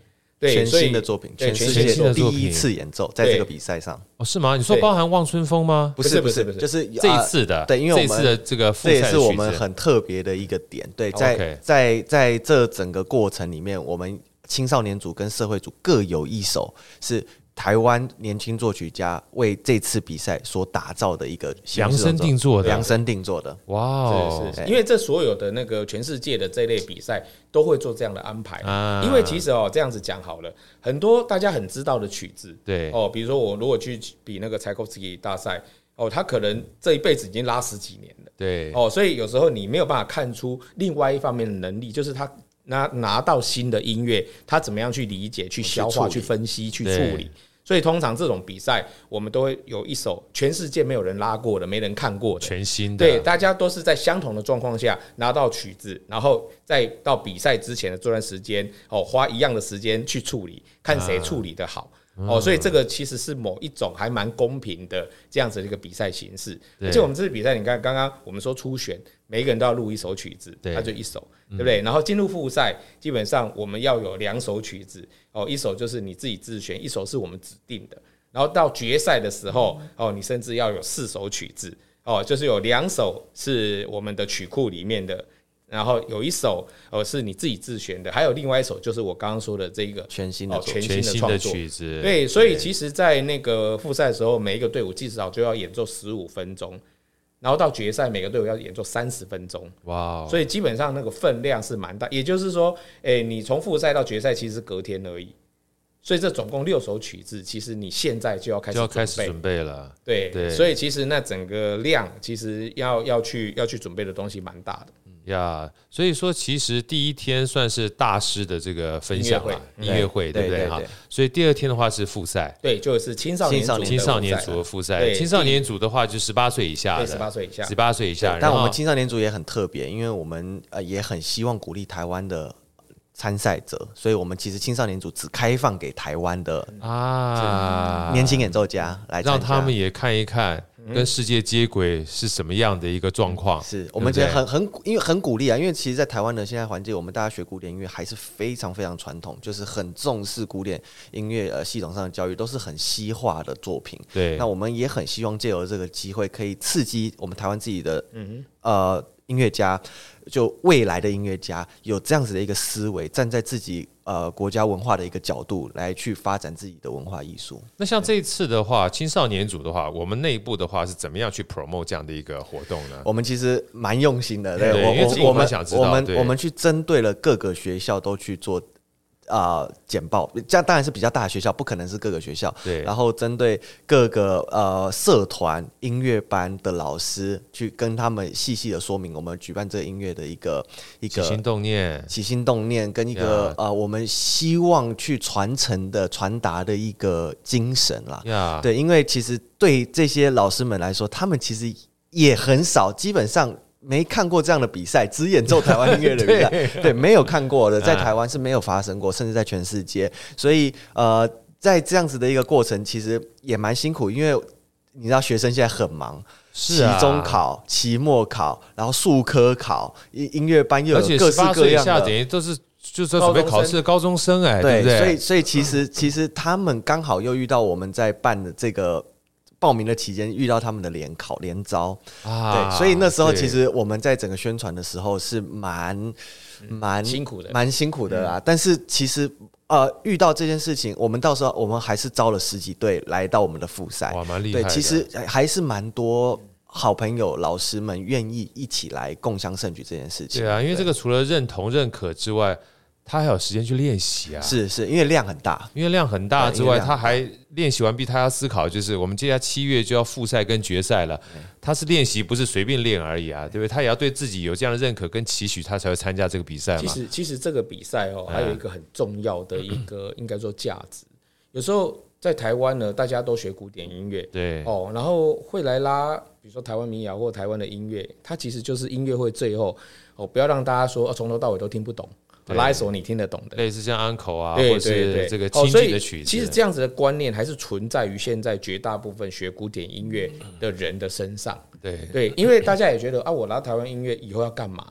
全新的作品，全世界的第一次演奏在这个比赛上。 哦，是吗？你说包含望春风吗？ 不是不是不是，就是这一次的， 对，因为我们这一次的这个复赛的曲子， 这也是我们很特别的一个点。对，在在在这整个过程里面，我们青少年组跟社会组各有一首是台湾年轻作曲家为这次比赛所打造的一个量身定做的， 量身定做的。 哇哦！ 是是，因为这所有的那个全世界的这类比赛都会做这样的安排。啊、因为其实哦，这样子讲好了，很多大家很知道的曲子， 对哦，比如说我如果去比那个柴可夫斯基大赛，哦，他可能这一辈子已经拉十几年了， 对， 哦，所以有时候你没有办法看出另外一方面的能力，就是他拿拿到新的音乐，他怎么样去理解、去消化、去分析、去处理。所以通常这种比赛，我们都会有一首全世界没有人拉过的、没人看过的、 全新的。 对，大家都是在相同的状况下拿到曲子，然后再到比赛之前的这段时间，哦，花一样的时间去处理，看谁处理得好。啊哦，所以这个其实是某一种还蛮公平的这样子的一个比赛形式。而且我们这次比赛，你看刚刚我们说初选，每一个人都要录一首曲子，他就一首，对不对？然后进入复赛，基本上我们要有两首曲子，哦，一首就是你自己自选，一首是我们指定的。然后到决赛的时候，哦，你甚至要有四首曲子，哦，就是有两首是我们的曲库里面的。然后有一首呃是你自己自选的，还有另外一首就是我刚刚说的这个全新的、 哦、全新的创作曲子。 对，所以其实，在那个复赛的时候，每一个队伍至少就要演奏十五分钟，然后到决赛每个队伍要演奏三十分钟。 哇、wow ！ 所以基本上那个分量是蛮大，也就是说，哎，你从复赛到决赛其实隔天而已。所以这总共六首曲子，其实你现在就要开始就要开始准备了。 对， 对， 所以其实那整个量，其实要要去要去准备的东西蛮大的。 呀， yeah, 所以说其实第一天算是大师的这个分享啦，音乐会，对不对哈？所以第二天的话是复赛， 对，就是青少年组青少年组的复赛。青少年组的话就十八岁以下的， 十八岁以下， 十八岁以下。 但我们青少年组也很特别，因为我们呃也很希望鼓励台湾的参赛者，所以我们其实青少年组只开放给台湾的啊年轻演奏家来参加， 让他们也看一看。跟世界接轨是什么样的一个状况？ 是我们觉得很很因为很鼓励啊，因为其实，在台湾的现在环境，我们大家学古典音乐还是非常非常传统，就是很重视古典音乐呃系统上的教育，都是很西化的作品。 对， 那我们也很希望借由这个机会，可以刺激我们台湾自己的嗯呃音乐家，就未来的音乐家有这样子的一个思维，站在自己呃国家文化的一个角度来去发展自己的文化艺术。 那像这一次的话，青少年组的话，我们内部的话是怎么样去 promote 这样的一个活动呢？ 我们其实蛮用心的，对， 对我我们想知道， 我们我们去针对了各个学校都去做。呃，简报，这当然是比较大的学校，不可能是各个学校。 对， 然后针对各个呃社团、音乐班的老师，去跟他们细细的说明我们举办这个音乐的一个一个起心动念、 起心动念跟一个、yeah. 呃我们希望去传承的、传达的一个精神啦。 Yeah. 对，因为其实对这些老师们来说，他们其实也很少，基本上。没看过这样的比赛，只演奏台湾音乐的比赛，对, 对，没有看过的，在台湾是没有发生过，甚至在全世界。所以，呃，在这样子的一个过程，其实也蛮辛苦，因为你知道学生现在很忙， 是啊， 期中考、期末考，然后数科考，音乐班又有各式各样的， 而且等于都是就是准备考试的高中生哎、欸，对不对？ 所以，所以其实其实他们刚好又遇到我们在办的这个。报名的期间遇到他们的联考联招啊，对，所以那时候其实我们在整个宣传的时候是蛮蛮、嗯、 辛苦的， 蛮辛苦的啦。嗯、但是其实呃遇到这件事情，我们到时候我们还是招了十几队来到我们的复赛， 哇，蛮厉害的。 对，其实还是蛮多好朋友、老师们愿意一起来共襄盛举这件事情。 对啊，因为这个除了认同认可之外。他还有时间去练习啊， 是是，因为量很大， 因为量很大之外，他还练习完毕，他要思考，就是我们接下来七月就要复赛跟决赛了，他是练习，不是随便练而已啊，对不对？他也要对自己有这样的认可跟期许，他才会参加这个比赛嘛。 其实，其实这个比赛哦，还有一个很重要的一个应该说价值。有时候在台湾呢，大家都学古典音乐， 对哦，然后会来拉，比如说台湾民谣或台湾的音乐，它其实就是音乐会最后哦，不要让大家说从头到尾都听不懂。拉一首你听得懂的， 类似像安口啊， 对或是这个亲近的曲子、哦。 其实这样子的观念还是存在于现在绝大部分学古典音乐的人的身上。 对对，因为大家也觉得啊，我拉台湾音乐以后要干嘛？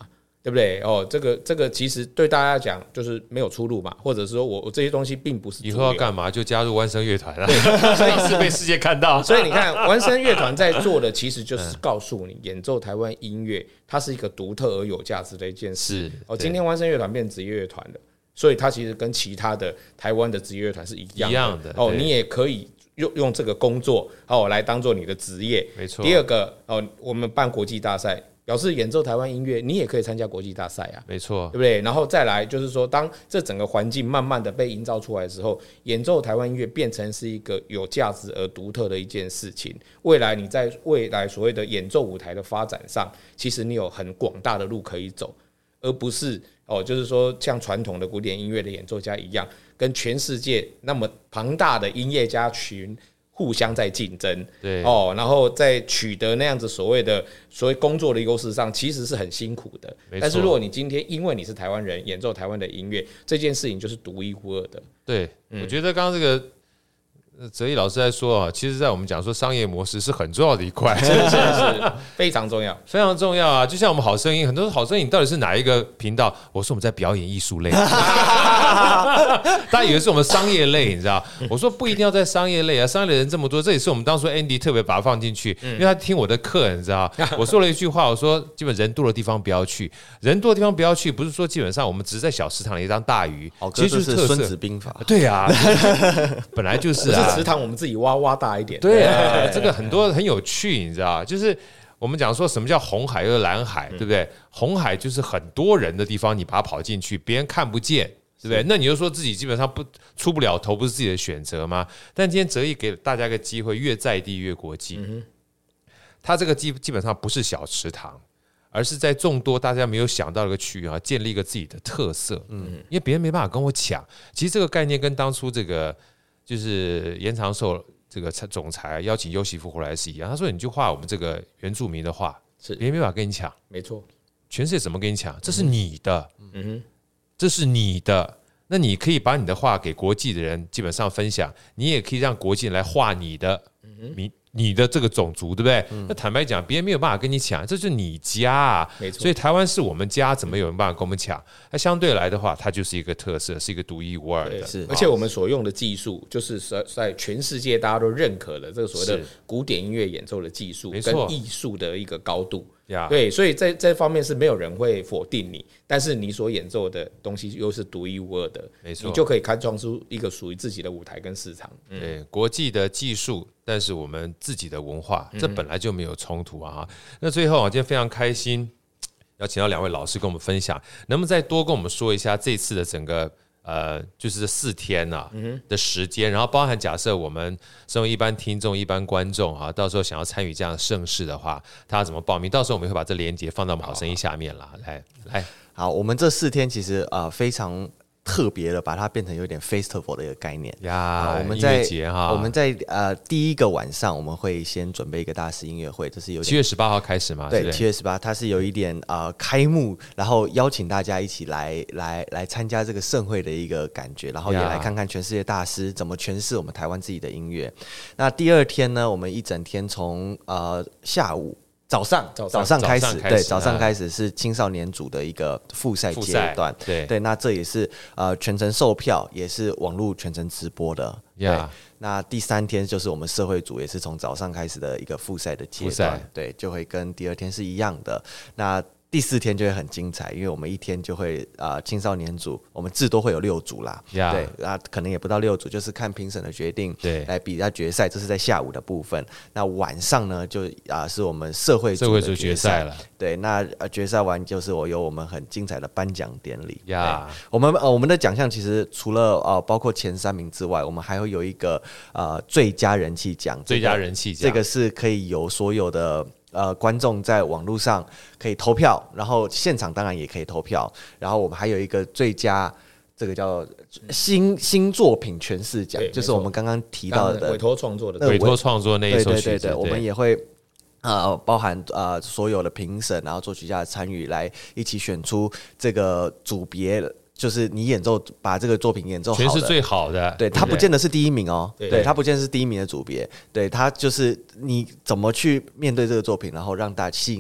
对不对？哦，这个这个其实对大家讲就是没有出路嘛，或者说我我这些东西并不是主流。 以后要干嘛就加入湾声乐团了，所以是被世界看到。 所以你看，湾声乐团在做的其实就是告诉你，演奏台湾音乐，它是一个独特而有价值的一件事。哦，今天湾声乐团变职业乐团了，所以它其实跟其他的台湾的职业乐团是一样的。 一样的哦，你也可以用用这个工作哦来当做你的职业。 没错。 第二个哦，我们办国际大赛。表示演奏台湾音乐，你也可以参加国际大赛啊， 没错， 对不对？然后再来就是说，当这整个环境慢慢的被营造出来的时候，演奏台湾音乐变成是一个有价值而独特的一件事情。未来你在未来所谓的演奏舞台的发展上，其实你有很广大的路可以走，而不是哦，就是说像传统的古典音乐的演奏家一样，跟全世界那么庞大的音乐家群。互相在竞争， 对哦，然后在取得那样子所谓的所谓工作的优势上，其实是很辛苦的。但是如果你今天因为你是台湾人，演奏台湾的音乐，这件事情就是独一无二的。 对，嗯、我觉得刚刚这个哲毅老师在说啊，其实，在我们讲说商业模式是很重要的一块， 是是是，非常重要， 非常重要啊！就像我们好声音，很多好声音到底是哪一个频道？我说我们在表演艺术类，大家以为是我们商业类，你知道？我说不一定要在商业类啊，商业的人这么多，这也是我们当初 Andy 特别把它放进去，因为他听我的课，你知道？我说了一句话，我说基本人多的地方不要去，人多的地方不要去，不是说基本上我们只是在小食堂里当大鱼，其实就是特色。 孙子兵法， 对啊，本来就是啊。 池塘我们自己挖挖大一点， 对啊，这个很多很有趣，你知道，就是我们讲说什么叫红海又蓝海，对不对？红海就是很多人的地方，你把它跑进去，别人看不见，对不对？那你就说自己基本上不出不了头，不是自己的选择吗？但今天哲毅给大家一个机会，越在地越国际。嗯、他这个基基本上不是小池塘，而是在众多大家没有想到的一个区域啊，建立一个自己的特色。嗯，因为别人没办法跟我抢。其实这个概念跟当初这个。就是延长寿这个总裁邀请优席夫回来是一样，他说你就画我们这个原住民的画，别人没办法跟你抢， 没错， 全世界怎么跟你抢？这是你的，嗯哼，这是你的，那你可以把你的画给国际的人基本上分享，你也可以让国际人来画你的，你你的这个种族，对不对？嗯、那坦白讲，别人没有办法跟你抢，这是你家啊， 没错。 所以台湾是我们家，怎么有人办法跟我们抢？那相对来的话，它就是一个特色，是一个独一无二的。 是，而且我们所用的技术，就是在全世界大家都认可的这个所谓的古典音乐演奏的技术，跟艺术的一个高度。对，所以在这方面是没有人会否定你，但是你所演奏的东西又是独一无二的，没错，你就可以开创出一个属于自己的舞台跟市场。 嗯、对，国际的技术，但是我们自己的文化，这本来就没有冲突啊。那最后，我今天非常开心，要请到两位老师跟我们分享，能不能再多跟我们说一下这次的整个？呃，就是这四天啊的时间，然后包含假设我们身为一般听众、一般观众啊，到时候想要参与这样的盛事的话，他要怎么报名？到时候我们会把这连结放到我们好声音下面啦。来来， 好，我们这四天其实呃非常。特别的把它变成有点 festival 的一个概念呀， 我们在音乐节哈， 我们在呃第一个晚上我们会先准备一个大师音乐会，这是有七月十八号开始嘛？ 对，七月十八，它是有一点呃开幕，然后邀请大家一起来来来参加这个盛会的一个感觉，然后也来看看全世界大师怎么诠释我们台湾自己的音乐。那第二天呢，我们一整天从呃下午。早上早上开始，对，早上开始是青少年组的一个复赛阶段， 对对，那这也是呃全程售票，也是网络全程直播的，对。Yeah. 那第三天就是我们社会组，也是从早上开始的一个复赛的阶段，对，就会跟第二天是一样的。那第四天就会很精彩，因为我们一天就会啊、呃、青少年组，我们至多会有六组啦， yeah. 对，那可能也不到六组，就是看评审的决定，对，来比较决赛，这是在下午的部分。那晚上呢，就啊、呃、是我们社会组的决赛了，对，那呃决赛完就是我有我们很精彩的颁奖典礼，呀、yeah. ，我们呃我们的奖项其实除了呃包括前三名之外，我们还会有一个呃最佳人气奖， 最佳人气奖， 这个是可以由所有的。呃，观众在网络上可以投票，然后现场当然也可以投票。然后我们还有一个最佳，这个叫新新作品诠释奖，就是我们刚刚提到的委托创作的委托创作那一首曲子， 对对对对，我们也会。呃，包含呃所有的评审，然后作曲家的参与，来一起选出这个组别。就是你演奏把这个作品演奏好的， 全是最好的， 对，它不见得是第一名哦，对，它不见得是第一名的组别，对，它就是你怎么去面对这个作品，然后让大家吸引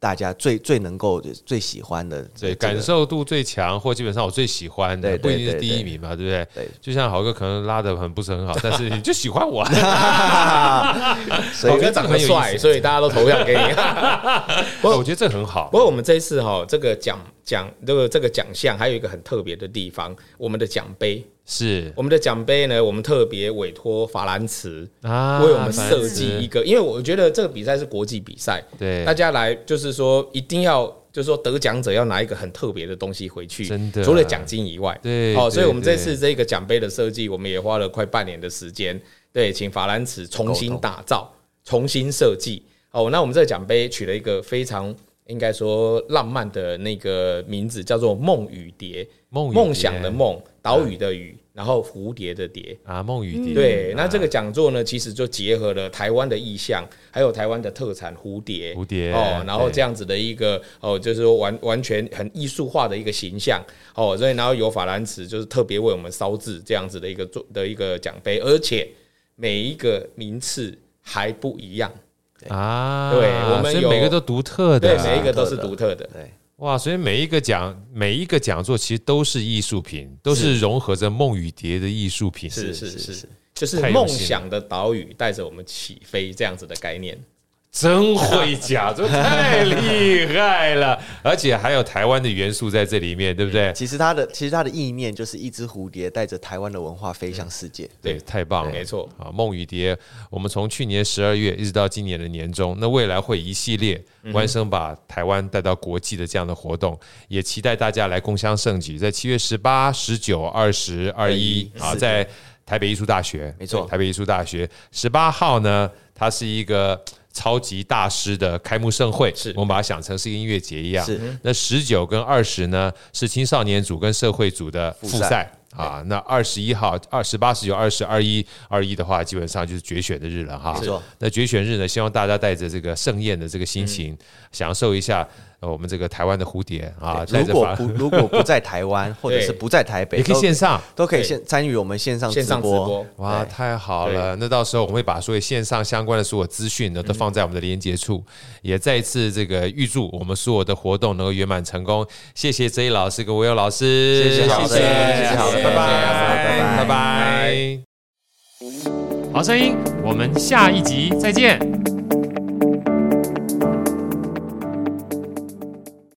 大家最最能够最喜欢的， 对，感受度最强，或基本上我最喜欢的，不一定是第一名嘛，对不对？ 对， 就像豪哥可能拉得很不是很好，但是你就喜欢我， 豪哥长得帅，所以大家都投票给你。 不过我觉得这很好。 不过我们这一次哈，这个奖奖这个这个奖项还有一个很特别的地方，我们的奖杯。 是我们的奖杯呢，我们特别委托法兰茨啊为我们设计一个，因为我觉得这个比赛是国际比赛， 对， 大家来就是说一定要就是说得奖者要拿一个很特别的东西回去， 真的， 除了奖金以外， 对， 哦，所以我们这次这个奖杯的设计，我们也花了快半年的时间，对，请法兰茨重新打造、重新设计。哦，那我们这个奖杯取了一个非常应该说浪漫的那个名字，叫做梦雨蝶，梦想的梦。岛屿的屿，然后蝴蝶的蝶啊，梦雨蝶。 对，那这个讲座呢，其实就结合了台湾的意象，还有台湾的特产蝴蝶， 蝴蝶哦，然后这样子的一个哦，就是说完完全很艺术化的一个形象哦，所以然后由法兰茨就是特别为我们烧制这样子的一个做的一个奖杯，而且每一个名次还不一样啊， 对，我们有每个都独特的， 对，每一个都是独特的， 对。 哇，所以每一个讲每一个讲座其实都是艺术品，都是融合着梦雨蝶的艺术品， 是是是是，就是梦想的岛屿带着我们起飞这样子的概念。 真会讲，这太厉害了，而且还有台湾的元素在这里面，对不对？ 其实它的其实它的意念就是一只蝴蝶带着台湾的文化飞向世界。 对，太棒了， 没错。 啊，梦雨蝶，我们从去年十二月一直到今年的年中，那未来会一系列弯生把台湾带到国际的这样的活动，也期待大家来共襄盛举，在七月十八、十九、二十、二一啊，在台北艺术大学， 没错， 台北艺术大学十八号呢，它是一个超级大师的开幕盛会， 是我们把它想成是一个音乐节一样。 是， 那十九跟二十呢是青少年组跟社会组的复赛啊。那二十一号、二十八、十九、二十、二一、二一的话，基本上就是决选的日了哈。 没错。 那决选日呢，希望大家带着这个盛宴的这个心情，嗯、享受一下。我们这个台湾的蝴蝶啊， 如果不如果不在台湾，或者是不在台北， 也可以线上， 都可以线参与我们线上直播。 哇，太好了！那到时候我们会把所有线上相关的所有资讯呢，都放在我们的连结处。也再一次这个预祝我们所有的活动能够圆满成功。谢谢 J 老师跟 Will 老师， 谢谢好的，谢谢好的，拜拜拜拜拜。 好声音，我们下一集再见。